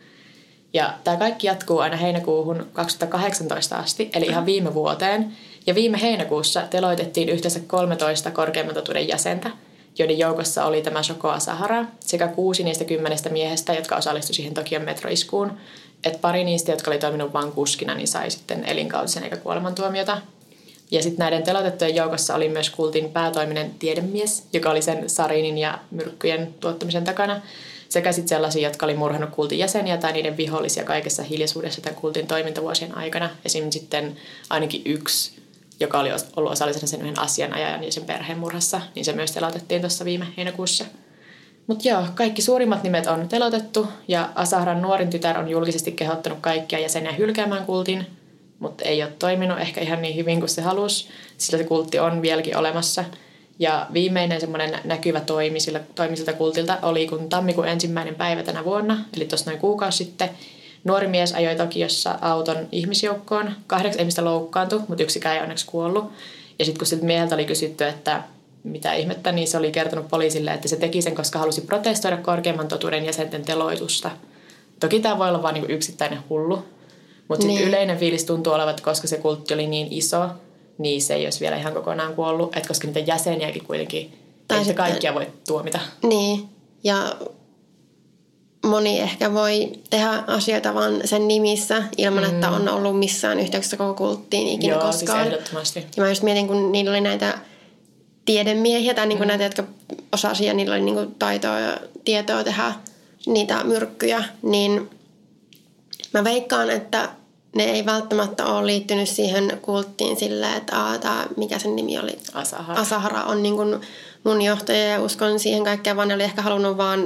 Ja tämä kaikki jatkuu aina heinäkuuhun kaksituhattakahdeksantoista asti, eli ihan viime vuoteen. Ja viime heinäkuussa teloitettiin yhteensä kolmetoista korkeimman totuuden jäsentä, joiden joukossa oli tämä Shoko Asahara sekä kuusi niistä kymmenestä miehestä, jotka osallistuivat siihen Tokion metroiskuun. Et pari niistä, jotka oli toiminut vain kuskina, niin sai sitten elinkautisen eikä kuolemantuomiota. Ja sitten näiden teloitettujen joukossa oli myös kultin päätoiminen tiedemies, joka oli sen sarinin ja myrkkyjen tuottamisen takana. Sekä sitten sellaisia, jotka oli murhannut kultin jäseniä tai niiden vihollisia kaikessa hiljaisuudessa tämän kultin toimintavuosien aikana. Esimerkiksi sitten ainakin yksi, joka oli ollut osallisena sen yhden asianajajan ja sen perheen murhassa, niin se myös teloitettiin tuossa viime heinäkuussa. Mutta joo, kaikki suurimmat nimet on teloitettu ja Asaharan nuorin tytär on julkisesti kehottanut kaikkia jäseniä hylkäämään kultin, mutta ei ole toiminut ehkä ihan niin hyvin kuin se halusi, sillä se kultti on vieläkin olemassa. Ja viimeinen semmoinen näkyvä toimi sillä toimisilta kultilta oli, kun tammikuun ensimmäinen päivä tänä vuonna, eli tuossa noin kuukausi sitten, nuori mies ajoi Tokiossa auton ihmisjoukkoon. Kahdeksan ihmistä loukkaantui, mutta yksikään ei onneksi kuollut. Ja sitten kun siltä mieheltä oli kysytty, että mitä ihmettä, niin se oli kertonut poliisille, että se teki sen, koska halusi protestoida korkeimman totuuden jäsenten teloitusta. Toki tämä voi olla vain niin yksittäinen hullu, mutta sitten yleinen fiilis tuntuu olevan, että koska se kultti oli niin iso, niin se ei olisi vielä ihan kokonaan kuollut. Että koska niitä jäseniäkin kuitenkin, tai ei sitten kaikkia voi tuomita. Niin, ja moni ehkä voi tehdä asioita vaan sen nimissä ilman, mm. että on ollut missään yhteyksissä koko kulttiin ikinä Joo, koskaan. Siis ehdottomasti. Ja mä just mietin, kun niillä oli näitä tiedemiehiä tai niinku mm. näitä, jotka osasi ja niillä oli niinku taitoa ja tietoa tehdä niitä myrkkyjä, niin mä veikkaan, että ne ei välttämättä ole liittynyt siihen kulttiin silleen, että aah, tää, mikä sen nimi oli? Asahara. Asahara on niin kuin mun johtaja ja uskon siihen kaikkeen, vaan ne oli ehkä halunnut vaan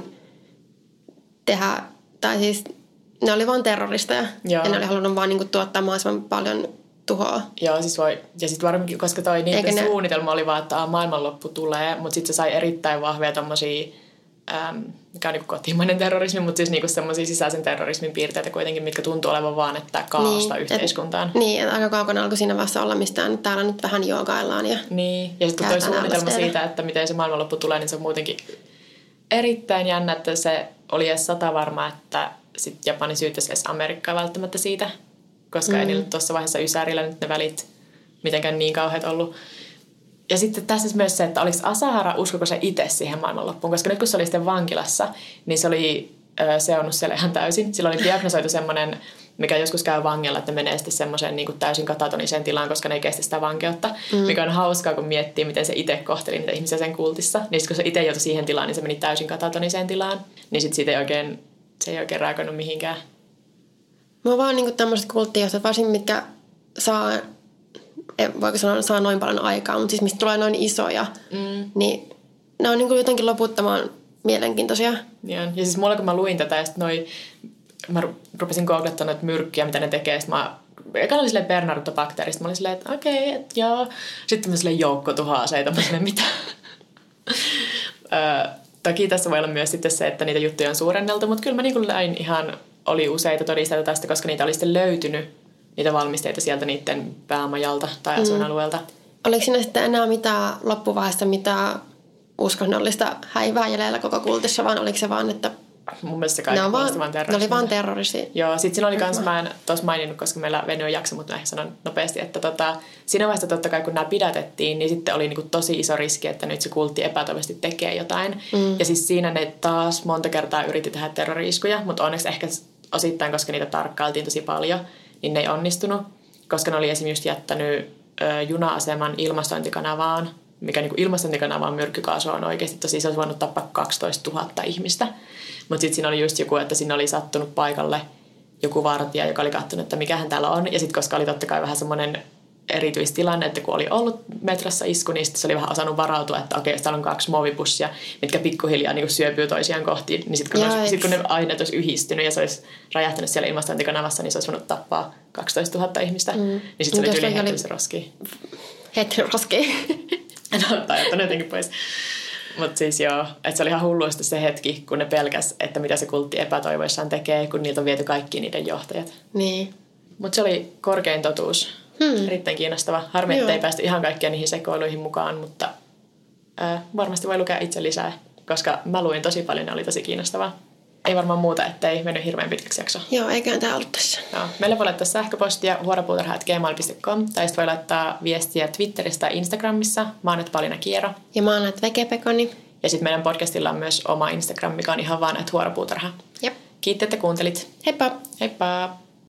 tehdä, tai siis ne oli vaan terroristeja. Joo. Ja ne oli halunnut vaan niin kuin tuottaa mahdollisimman paljon tuhoa. Joo, siis voi, ja sitten varsinkin, koska toi niiden ne suunnitelma oli vaan, että maailmanloppu tulee, mutta sitten se sai erittäin vahvia tommosia, Ähm, mikä on niin kotimainen terrorismi, mutta siis niin semmoisia sisäisen terrorismin piirteitä kuitenkin, mitkä tuntuu olevan vaan, että kaaosta niin, yhteiskuntaan. Et, niin, että aika kaukana alkoi siinä vaiheessa olla mistään, että täällä nyt vähän joogaillaan. Ja niin, ja sitten toi suunnitelma siitä, että miten se maailmanloppu tulee, niin se on muutenkin erittäin jännä, että se oli edes sata varma, että sit Japani syyttäisi edes Amerikkaa välttämättä siitä, koska mm. ei niillä tuossa vaiheessa Ysärillä nyt ne välit mitenkään niin kauheat ollut. Ja sitten tässä myös se, että oliko Asahara, uskoko se itse siihen maailmanloppuun, koska nyt kun se oli sitten vankilassa, niin se oli ö, seonnut siellä ihan täysin. Sillä oli diagnosoitu semmoinen, mikä joskus käy vangilla, että menee sitten semmoiseen niin kuin täysin katatoniseen tilaan, koska ne ei kestä sitä vankeutta. Mm. Mikä on hauskaa, kun miettii, miten se itse kohteli niitä ihmisiä sen kultissa. Niin sitten kun se itse joutui siihen tilaan, niin se meni täysin katatoniseen tilaan. Niin sitten siitä ei oikein, se ei oikein reagoinut mihinkään. Mä oon vaan niin kuin tämmöiset kulttijohtajat, varsin mitkä saa, voiko sanoa, saa noin paljon aikaa, mutta siis mistä tulee noin isoja, mm. niin ne on niin kuin jotenkin loputtoman mielenkiintoisia. Ja, ja siis mulla kun mä luin tätä ja sitten noi, mä rupesin googlettamaan noita myrkkyjä, mitä ne tekee, sitten mä ekana oli silleen Bernardotto-bakteerista, mä olin silleen, että okei, okay, että joo. Sitten mä silleen joukkotuha-aseita, mä silleen, mitä? Toki tässä voi olla myös sitten se, että niitä juttuja on suurenneltu, mutta kyllä mä niin näin ihan oli useita todisteita tästä, koska niitä oli sitten löytynyt, niitä valmisteita sieltä niiden päämajalta tai asuinalueelta. Mm. Oliko siinä sitten enää mitään loppuvaiheessa mitään uskonnollista häivää jäljellä koko kultissa, vaan oliko se vaan, että mun mielestä kaikki ne, vaan, vaan ne oli vaan terroristi. Joo, sit siinä oli kans, mä en tuossa maininnut, koska meillä venyy jakso, mutta mä ehkä sanon nopeasti, että tota, siinä vaiheessa totta kai kun nämä pidätettiin, niin sitten oli niinku tosi iso riski, että nyt se kultti epätoivoisesti tekee jotain. Mm. Ja siis siinä ne taas monta kertaa yritti tehdä terrori-iskuja, mutta onneksi ehkä osittain, koska niitä tarkkailtiin tosi paljon, niin ne ei onnistunut, koska ne oli esimerkiksi just jättänyt ö, juna-aseman ilmastointikanavaan, mikä niin kuin ilmastointikanavaan myrkkykaasua on oikeasti tosi, se olisi voinut tappaa kaksitoistatuhatta ihmistä. Mutta sitten siinä oli just joku, että siinä oli sattunut paikalle joku vartija, joka oli katsonut, että mikähän täällä on. Ja sitten koska oli totta kai vähän semmoinen erityistilanne, että kun oli ollut metrossa isku, niin se oli vähän osannut varautua, että okei, jos täällä on kaksi muovipussia, mitkä pikkuhiljaa niin kuin syöpyy toisiaan kohti, niin sitten kun, sit kun ne aineet olisi yhdistynyt ja se olisi räjähtänyt siellä ilmastointikanavassa, niin se olisi voinut tappaa kaksitoistatuhatta ihmistä. Mm. Niin sitten se oli tyyli heittänyt se roskiin. Heittänyt roskiin. No, tai ottanut jotenkin pois. Mutta siis joo, että se oli ihan hulluista se hetki, kun ne pelkäs, että mitä se kultti epätoivoissaan tekee, kun niiltä on viety kaikki niiden johtajat. Niin. Mutta se oli korkein totuus. Hmm. Erittäin kiinnostava. Harmi, että ei päästy ihan kaikkia niihin sekoiluihin mukaan, mutta äh, varmasti voi lukea itse lisää, koska mä luin tosi paljon ja oli tosi kiinnostavaa. Ei varmaan muuta, ettei mennyt hirveän pitkäksi jaksoa. Joo, eiköhän tämä ollut tässä. No, meille voi laittaa sähköpostia huoropuutarha at gmail piste com tai sitten voi laittaa viestiä Twitterissä tai Instagramissa. Mä oon Palina Kiero. Ja mä oon Vekepekoni. Ja sitten meidän podcastilla on myös oma Instagram, mikä on ihan vaan huoropuutarha. Jep. Kiitti, että kuuntelit. Heippa! Heippa!